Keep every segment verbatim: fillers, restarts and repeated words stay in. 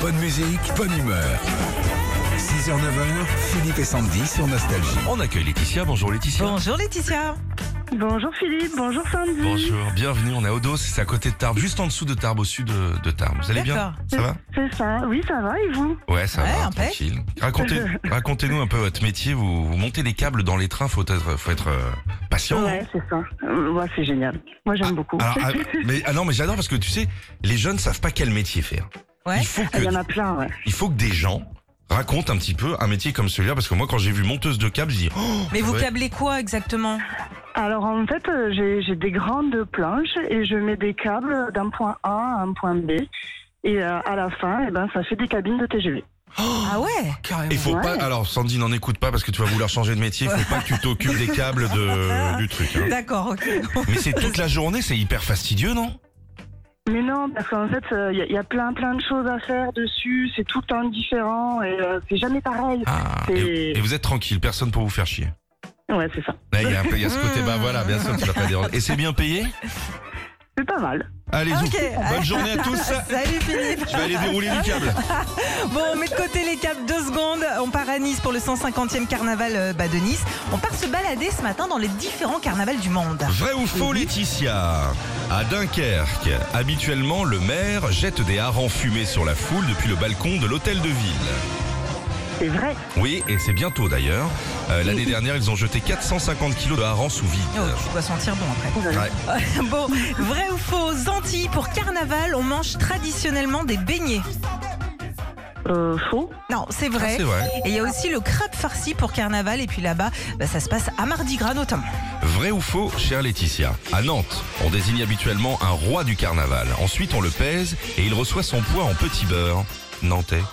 Bonne musique, bonne humeur. six heures neuf heures, Philippe et Sandy sur Nostalgie. On accueille Laetitia. Bonjour Laetitia. Bonjour Laetitia. Bonjour Philippe, bonjour Sandy. Bonjour, bienvenue. On est à Odos, c'est à côté de Tarbes, juste en dessous de Tarbes, au sud de, de Tarbes. Vous allez bien? Ça va? C'est ça, oui ça va et vous? Ouais, ça Ouais, va, impec. tranquille. Racontez, racontez-nous un peu votre métier. Vous, vous montez des câbles dans les trains, faut être, faut être euh, patient. Ouais, c'est ça. Euh, ouais, c'est génial. Moi j'aime beaucoup. Alors, ah, mais, ah non, mais j'adore parce que tu sais, les jeunes savent pas quel métier faire. Ouais. Il faut Ah, il y en que, a plein, ouais. il faut que des gens racontent un petit peu un métier comme celui-là, parce que moi, quand j'ai vu monteuse de câbles, je dis, oh, Mais vous ouais. câblez quoi exactement? Alors en fait, euh, j'ai j'ai des grandes planches et je mets des câbles d'un point A à un point B. Et euh, à la fin, eh ben, ça fait des cabines de T G V. Ah ouais, carrément. Il faut Ouais. pas, alors Sandy, n'en écoute pas parce que tu vas vouloir changer de métier, il faut pas que tu t'occupes des câbles de, du truc. Hein. D'accord, ok. Mais c'est toute la journée, c'est hyper fastidieux, non? Mais non, parce qu'en fait, il y, a- y a plein plein de choses à faire dessus. C'est tout le temps différent et euh, c'est jamais pareil. Ah, C'est- et, et vous êtes tranquille, personne pour vous faire chier. Ouais, c'est ça. Là, Il y, a un peu- il y a ce côté, bah voilà, bien sûr, tu vas pas déranger. Et c'est bien payé? C'est pas mal. Allez, Ok. zou. Bonne journée à tous. Salut Philippe. Je vais aller dérouler du câble. Bon, on met de côté les câbles deux secondes. On part à Nice pour le cent cinquantième carnaval euh, bah, de Nice. On part se balader ce matin dans les différents carnavals du monde. Vrai ou faux, Laetitia? À Dunkerque, habituellement, le maire jette des harengs fumés sur la foule depuis le balcon de l'hôtel de ville. C'est vrai. Oui, et c'est bientôt d'ailleurs. Euh, L'année dernière, ils ont jeté quatre cent cinquante kilos de harengs sous vide. Oh, tu dois sentir bon après. Ouais. Bon, vrai ou faux, aux Antilles, pour carnaval, on mange traditionnellement des beignets. Euh, faux. Non, c'est vrai. Ah, c'est vrai. Et il y a aussi le crabe farci pour carnaval. Et puis là-bas, bah, ça se passe à Mardi Gras notamment. Vrai ou faux, chère Laetitia? À Nantes, on désigne habituellement un roi du carnaval. Ensuite, on le pèse et il reçoit son poids en petit beurre. Nantais.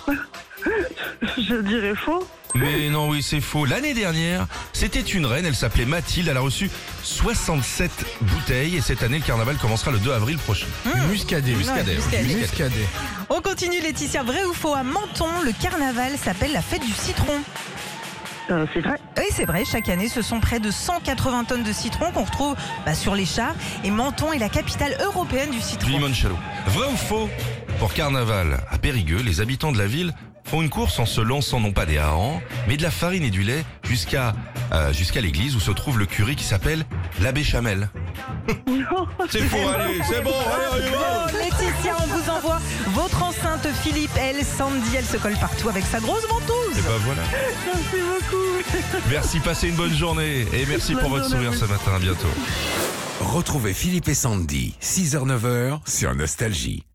Je dirais faux. Mais non, oui, c'est faux. L'année dernière, c'était une reine, elle s'appelait Mathilde, elle a reçu soixante-sept bouteilles et cette année, le carnaval commencera le deux avril prochain. Muscadet. Muscadet. muscadet. Muscadet. Muscadet. On continue Laetitia, vrai ou faux, à Menton, le carnaval s'appelle la fête du citron. Euh, c'est vrai. Oui, c'est vrai, chaque année, ce sont près de cent quatre-vingts tonnes de citron qu'on retrouve bah, sur les chars. Et Menton est la capitale européenne du Du citron. limoncello. Vrai ou faux? Pour carnaval, à Périgueux, les habitants de la ville font une course en se lançant non pas des harengs, mais de la farine et du lait jusqu'à euh, jusqu'à l'église où se trouve le curé qui s'appelle l'abbé Chamel. Non. C'est faux, allez, c'est bon, allez, allez, Bon, Laetitia, on vous envoie votre enceinte Philippe, elle, Sandy, elle se colle partout avec sa grosse Et ventouse. ben voilà. Merci beaucoup. Merci, passez une bonne journée et merci pour Bonne votre journée à sourire ce matin, à bientôt. Retrouvez Philippe et Sandy, six heures neuf heures sur Nostalgie.